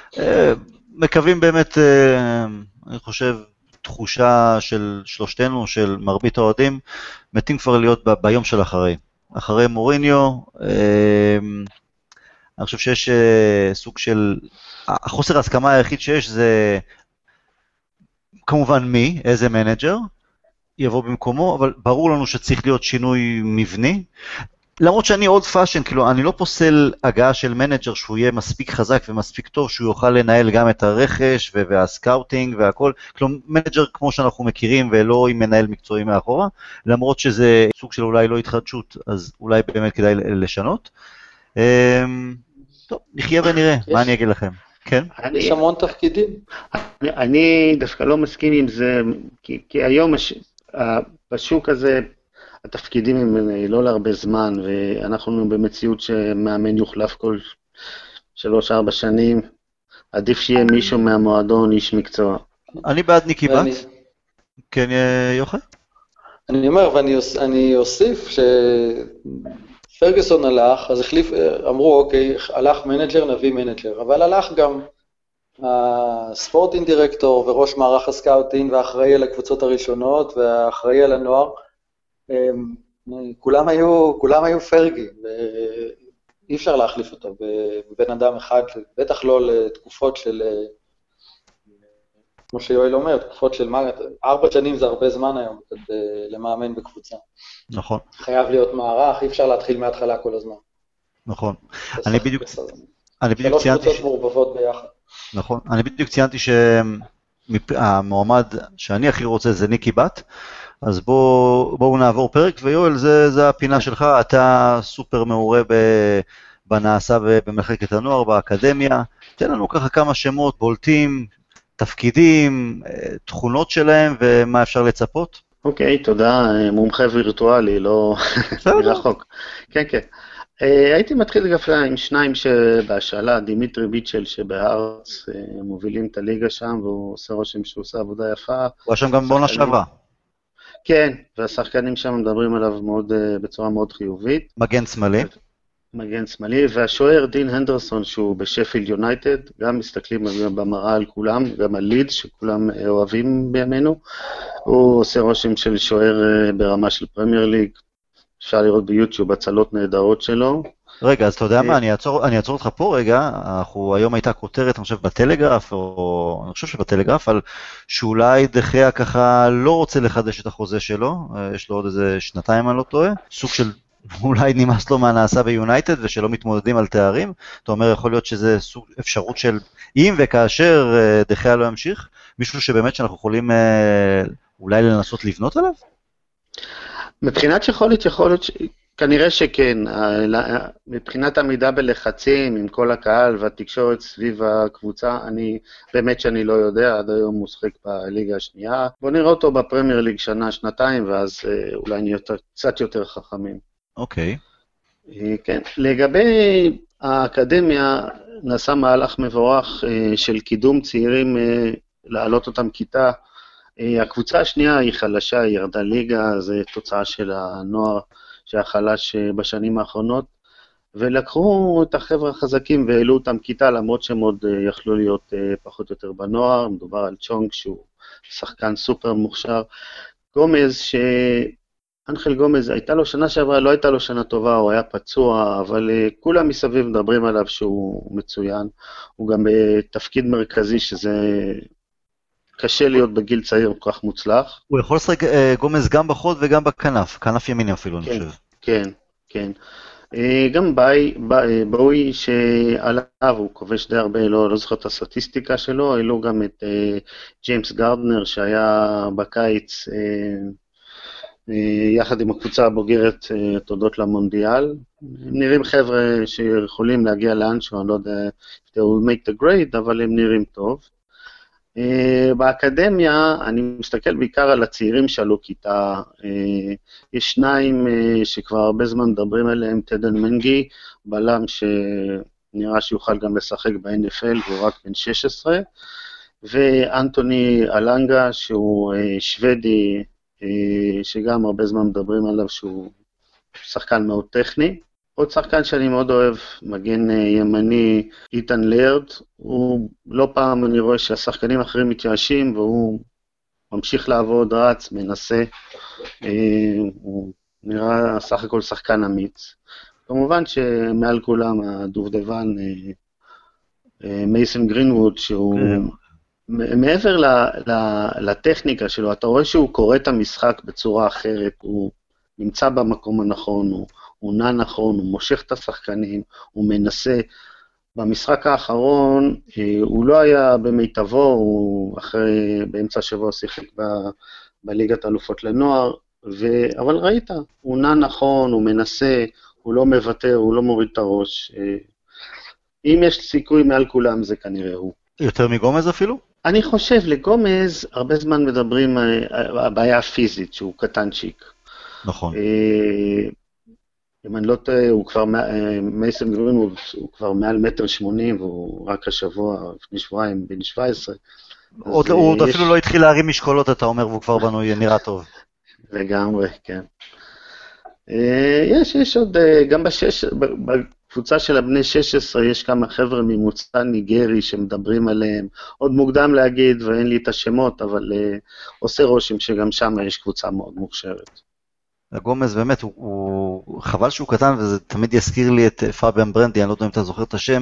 [SPEAKER 1] מקווים באמת, אני חושב, תחושה של שלושתנו, של מרבית האוהדים, מתים כבר להיות ב- ביום של אחרי. אחרי מוריניו, אני חושב שיש סוג של, החוסר ההסכמה היחיד שיש זה, כמובן מי, איזה מנג'ר, יבוא במקומו, אבל ברור לנו שצריך להיות שינוי מבני, למרות שאני עוד פאשן, כאילו אני לא פוסל הגעה של מנג'ר שהוא יהיה מספיק חזק ומספיק טוב, שהוא יוכל לנהל גם את הרכש והסקאוטינג והכל, כלומר מנג'ר כמו שאנחנו מכירים ולא עם מנהל מקצועי מאחורה, למרות שזה סוג של אולי לא התחדשות, אז אולי באמת כדאי לשנות. טוב, נחיה ונראה, מה אני אגיד לכם? כן.
[SPEAKER 3] אני,
[SPEAKER 2] יש המון תפקידים.
[SPEAKER 3] אני, אני דווקא לא מסכים עם זה, כי, כי היום הש, ה- בשוק הזה התפקידים הם לא להרבה זמן, ואנחנו במציאות שמאמן יוחלף כל שלוש ארבע שנים, עדיף שיהיה מישהו מהמועדון, איש מקצוע.
[SPEAKER 1] אני בעד ניקי
[SPEAKER 2] ואני-
[SPEAKER 1] בת. כן, אה, יוחאי?
[SPEAKER 2] אני אומר, ואני אוס- אני אוסיף שפרגוסון הלך, אז החליף, אמרו, אוקיי, הלך מנג'ר, נביא מנג'ר, אבל הלך גם הספורטינג דירקטור וראש מערך הסקאוטינג והאחראי על הקבוצות הראשונות והאחראי על הנוער, הם, כולם היו, כולם היו פרגי, ואי אפשר להחליף אותו בבן אדם אחד, בטח לא לתקופות של, כמו שיואל אומר, תקופות של מה, ארבע שנים זה הרבה זמן היום למאמן בקבוצה.
[SPEAKER 1] נכון,
[SPEAKER 2] חייב להיות מערך, אי אפשר להתחיל מההתחלה כל הזמן.
[SPEAKER 1] נכון. אני בדיוק,
[SPEAKER 2] בסדר.
[SPEAKER 1] אני בדיוק
[SPEAKER 2] שלוש
[SPEAKER 1] ציינתי,
[SPEAKER 2] קבוצות
[SPEAKER 1] ש...
[SPEAKER 2] מעורבבות ביחד.
[SPEAKER 1] נכון, אני בדיוק ציינתי שהמועמד שאני הכי רוצה זה ניקי בת, אז בואו בוא נעבור פרק, ויואל, זה, זה הפינה שלך, אתה סופר מעורה ב, בנעשה במחלקת הנוער, באקדמיה, תן לנו ככה כמה שמות בולטים, תפקידים, תכונות שלהם, ומה אפשר לצפות.
[SPEAKER 3] אוקיי, תודה, מומחה וירטואלי, לא
[SPEAKER 1] בסדר.
[SPEAKER 3] מרחוק. כן, כן. אה, הייתי מתחיל דווקא עם שניים שבהשאלה, דימיטרי ביטשל שבהארץ אה, מובילים את הליגה שם, והוא עושה רושם שהוא עושה עבודה יפה.
[SPEAKER 1] הוא היה שם גם בעונה
[SPEAKER 3] שחקנים-
[SPEAKER 1] שעברה,
[SPEAKER 3] כן, והשחקנים שם מדברים עליו מאוד, אה, בצורה מאוד חיובית.
[SPEAKER 1] מגן שמאלי.
[SPEAKER 3] מגן שמאלי, והשוער דין הנדרסון שהוא בשפילד יונייטד, גם מסתכלים במראה על כולם, גם על לידס שכולם אה, אוהבים בימינו. הוא עושה רושם של שוער אה, ברמה של פרמייר ליג, אפשר לראות ביוטיוב הצלות נהדרות שלו.
[SPEAKER 1] רגע, אז אתה יודע מה, אני אעצור, אני אעצור אותך פה רגע, אנחנו, היום הייתה כותרת, אני חושב, בטלגרף, או אני חושב שבטלגרף, על שאולי דחיה ככה לא רוצה לחדש את החוזה שלו, יש לו עוד איזה שנתיים, אני לא טועה, סוג של, אולי נמאס לו מהנעשה ביונייטד, ושלא מתמודדים על תארים, אתה אומר, יכול להיות שזה סוג אפשרות של, אם וכאשר דחיה לא ימשיך, מישהו שבאמת שאנחנו יכולים אולי לנסות לבנות עליו?
[SPEAKER 3] מבחינת יכולת, יכולת, ש... כנראה שכן, מבחינת עמידה בלחצים עם כל הקהל והתקשורת סביב הקבוצה, אני באמת שאני לא יודע, עד היום הוא שחק בליגה השנייה. בוא נראה אותו בפרמייר ליג שנה, שנתיים, ואז אולי נהיה קצת יותר חכמים.
[SPEAKER 1] אוקיי.
[SPEAKER 3] כן, לגבי האקדמיה, נעשה מהלך מבורך של קידום צעירים, להעלות אותם כיתה. הקבוצה השנייה היא חלשה, היא ירדה ליגה, זה תוצאה של הנוער שהיה חלש בשנים האחרונות, ולקחו את החבר'ה החזקים והעלו אותם כיתה, למרות שהם עוד יכלו להיות פחות או יותר בנוער. מדובר על צ'ונג שהוא שחקן סופר מוכשר. גומז, שאנחל גומז, הייתה לו שנה שעברה, לא הייתה לו שנה טובה, הוא היה פצוע, אבל כולם מסביב מדברים עליו שהוא מצוין. הוא גם בתפקיד מרכזי שזה קשה להיות בגיל צעיר כל כך מוצלח. הוא
[SPEAKER 1] יכול לשחק גומז גם בחוד וגם בכנף, כנף ימיני אפילו,
[SPEAKER 3] כן,
[SPEAKER 1] אני חושב.
[SPEAKER 3] כן, כן. גם באי, באוי שעליו הוא כובש די הרבה, לא, לא זוכר את הסטטיסטיקה שלו, העלו גם את uh, ג'יימס גרדנר שהיה בקיץ uh, uh, יחד עם הקבוצה הבוגרת uh, תודות למונדיאל. נראים חבר'ה שיכולים להגיע לאנשהו, אני לא יודע if they will make the grade, אבל הם נראים טוב. Uh, באקדמיה אני מסתכל בעיקר על הצעירים שעלו כיתה, uh, יש שניים uh, שכבר הרבה זמן מדברים עליהם, טדן מנגי, בלם שנראה שיוכל גם לשחק ב-אן אף אל והוא רק בן שש עשרה, ואנטוני אלנגה שהוא uh, שוודי, uh, שגם הרבה זמן מדברים עליו שהוא שחקן מאוד טכני. עוד שחקן שאני מאוד אוהב, מגן ימני, איתן לרד, הוא לא פעם אני רואה שהשחקנים אחרים מתייאשים, והוא ממשיך לעבוד, רץ, מנסה, הוא נראה סך הכל שחקן אמיץ. כמובן שמעל כולם הדובדבן, מייסון גרינווד, שהוא מעבר לטכניקה שלו, אתה רואה שהוא קורא את המשחק בצורה אחרת, הוא נמצא במקום הנכון, הוא הוא נע נכון, הוא מושך את השחקנים, הוא מנסה. במשחק האחרון, הוא לא היה במיטבו, הוא אחרי, באמצע השבוע שיחק ב, בליגת האלופות לנוער, ו, אבל ראית, הוא נע נכון, הוא מנסה, הוא לא מוותר, הוא לא מוריד את הראש. אם יש סיכוי מעל כולם זה כנראה הוא.
[SPEAKER 1] יותר מגומז אפילו?
[SPEAKER 3] אני חושב, לגומז, הרבה זמן מדברים על הבעיה הפיזית, שהוא קטנצ'יק.
[SPEAKER 1] נכון.
[SPEAKER 3] אם אני לא טועה, הוא כבר, מייסון גרינווד, הוא כבר מעל מטר שמונים, והוא רק השבוע, לפני שבועיים, בן שבע עשרה.
[SPEAKER 1] עוד, הוא יש... אפילו לא התחיל להרים משקולות, אתה אומר, והוא כבר בנוי, נראה טוב.
[SPEAKER 3] לגמרי, כן. יש, יש עוד, גם בשש, בקבוצה של הבני שש עשרה, יש כמה חבר'ה ממוצא ניגרי שמדברים עליהם, עוד מוקדם להגיד, ואין לי את השמות, אבל עושה רושם שגם שם יש קבוצה מאוד מוכשרת.
[SPEAKER 1] גומז באמת, הוא, הוא חבל שהוא קטן, וזה תמיד יזכיר לי את פאביאן ברנדי, אני לא יודע אם אתה זוכר את השם,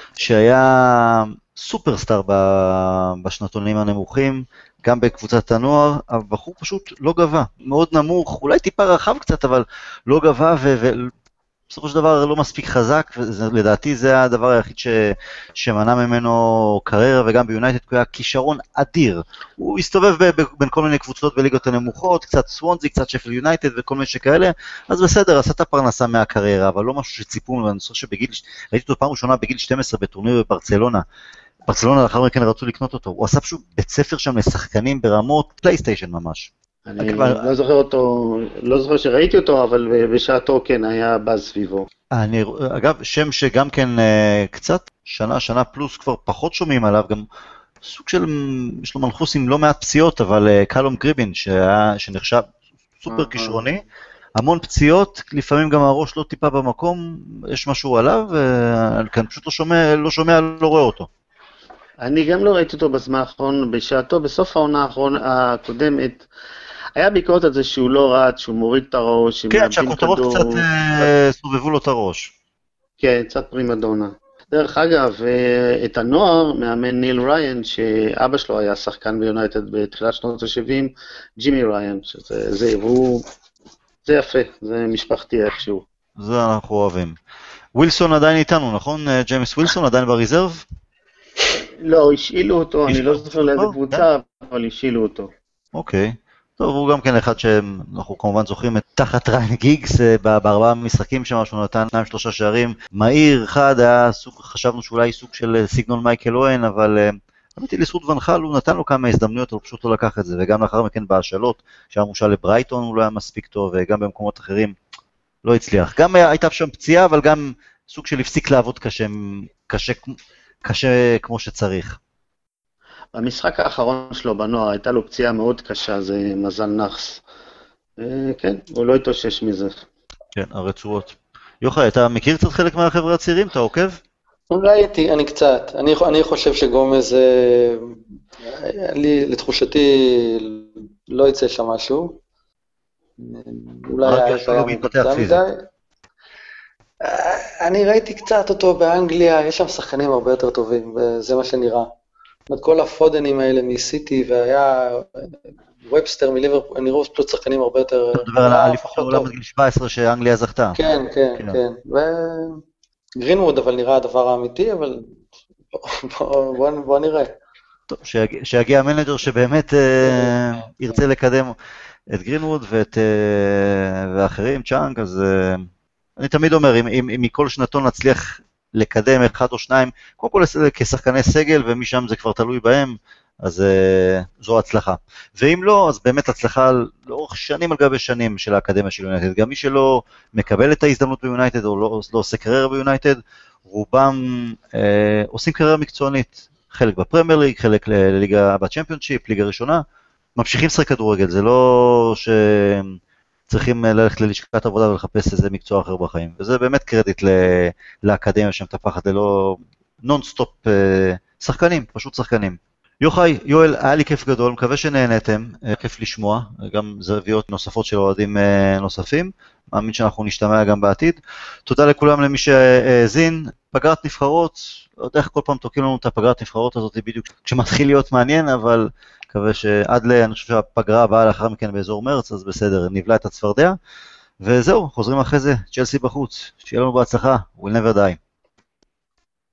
[SPEAKER 1] שהיה סופרסטאר בשנתונים הנמוכים, גם בקבוצת הנוער, הבחור פשוט לא גבה, מאוד נמוך, אולי טיפה רחב קצת, אבל לא גבה, ובסופו של דבר לא מספיק חזק, ולדעתי זה הדבר היחיד ש, שמנע ממנו קריירה, וגם ביונייטד הוא היה כישרון אדיר. הוא הסתובב ב, ב, בין כל מיני קבוצות בליגות הנמוכות, קצת סוונזי, קצת שפל יונייטד וכל מיני שכאלה, אז בסדר, עשה את הפרנסה מהקריירה, אבל לא משהו שציפו, ואני חושב שבגיל, ראיתי אותו פעם ראשונה בגיל שתים עשרה בטורניר בברצלונה, ברצלונה לאחר מכן רצו לקנות אותו, הוא עשה פשוט בית ספר שם לשחקנים ברמות פלייסטיישן ממש.
[SPEAKER 3] אני לא זוכר אותו, לא זוכר שראיתי אותו, אבל בשעתו כן היה בז סביבו.
[SPEAKER 1] אני, אגב, שם שגם כן קצת, שנה, שנה פלוס כבר פחות שומעים עליו, גם סוג של, יש לו מנחוס עם לא מעט פציעות, אבל קלום גריבין, שהיה, שנחשב סופר כישרוני, המון פציעות, לפעמים גם הראש לא טיפה במקום, יש משהו עליו, וכאן פשוט לא שומע, לא שומע, לא רואה אותו.
[SPEAKER 3] אני גם לא ראיתי אותו בזמן האחרון, בשעתו, בסוף העונה האחרון, הקודמת, היה ביקורת על זה שהוא לא רץ, שהוא מוריד את הראש,
[SPEAKER 1] כן, שהכותרות קצת סובבו לו את הראש.
[SPEAKER 3] כן, קצת פרימדונה. דרך אגב, את הנוער מאמן ניל ריין, שאבא שלו היה שחקן ביונייטד בתחילת שנות ה-שבעים, ג'ימי ריין, שזה, זה, והוא, זה יפה, זה משפחתי איכשהו.
[SPEAKER 1] זה אנחנו אוהבים. ווילסון עדיין איתנו, נכון? ג'יימס ווילסון עדיין בריזרב?
[SPEAKER 3] לא, השאילו אותו, אני לא זוכר לאיזה קבוצה, אבל השאילו אותו.
[SPEAKER 1] אוקיי. טוב, הוא גם כן אחד שאנחנו כמובן זוכרים את תחת ריין גיגס בארבעה משחקים שם, שהוא נתן שניים שלושה שערים, מהיר, אחד, היה סוג, חשבנו שאולי סוג של סגנון מייקל אוהן, אבל אמרתי לזכות ונחל, הוא נתן לו כמה הזדמנויות, הוא פשוט לא לקח את זה, וגם לאחר מכן בהשאלות, שהיה מושל לברייטון הוא לא היה מספיק טוב, וגם במקומות אחרים לא הצליח. גם הייתה שם פציעה, אבל גם סוג של הפסיק לעבוד קשה, קשה, קשה כמו שצריך.
[SPEAKER 3] במשחק האחרון שלו בנוער הייתה לו פציעה מאוד קשה, זה מזל נחס. כן, הוא לא התאושש מזה. כן,
[SPEAKER 1] הרצועות. יוחאי, אתה מכיר קצת חלק מהחבר'ה הצעירים? אתה עוקב?
[SPEAKER 2] ראיתי, אני קצת. אני, אני חושב שגומז, לי, לתחושתי, לא יצא שם משהו. אולי היה
[SPEAKER 1] לא מתפתח פיזית.
[SPEAKER 2] אני ראיתי קצת אותו באנגליה, יש שם שחקנים הרבה יותר טובים, וזה מה שנראה. כל הפודנים האלה מסיטי, והיה ובסטר מליברפול, אני רואה פשוט שחקנים הרבה יותר...
[SPEAKER 1] אתה מדבר על האליפות העולם בגיל שבע עשרה שאנגליה זכתה.
[SPEAKER 2] כן, כן, כן. וגרינווד, אבל נראה הדבר האמיתי, אבל בוא נראה.
[SPEAKER 1] טוב, שיגיע המנג'ר שבאמת ירצה לקדם את גרינווד ואחרים, צ'אנק, אז אני תמיד אומר, אם מכל שנתון נצליח לקדם אחד או שניים, קודם כל כשחקני סגל, ומשם זה כבר תלוי בהם, אז uh, זו הצלחה. ואם לא, אז באמת הצלחה לאורך שנים על גבי שנים של האקדמיה של יונייטד. גם מי שלא מקבל את ההזדמנות ביונייטד, או לא, לא עושה קריירה ביונייטד, רובם uh, עושים קריירה מקצוענית. חלק בפרמייר ליג, חלק לליגה בצ'מפיונשיפ, ליגה ראשונה, ממשיכים לשחק כדורגל. זה לא ש... צריכים ללכת ללשכת עבודה ולחפש איזה מקצוע אחר בחיים. וזה באמת קרדיט לאקדמיה שמטפחת ללא נונסטופ שחקנים, פשוט שחקנים. יוחאי, יואל, היה לי כיף גדול, מקווה שנהנתם, כיף לשמוע, גם זוויות נוספות של אוהדים נוספים, מאמין שאנחנו נשתמע גם בעתיד. תודה לכולם למי שהאזין, פגרת נבחרות, לא יודע איך כל פעם תוקעים לנו את הפגרת נבחרות הזאת בדיוק כשמתחיל להיות מעניין, אבל מקווה שעד ל... אני חושב שהפגרה הבאה לאחר מכן באזור מרץ, אז בסדר, נבלה את הצפרדע, וזהו, חוזרים אחרי זה, צ'לסי בחוץ, שיהיה לנו בהצלחה, we'll never die.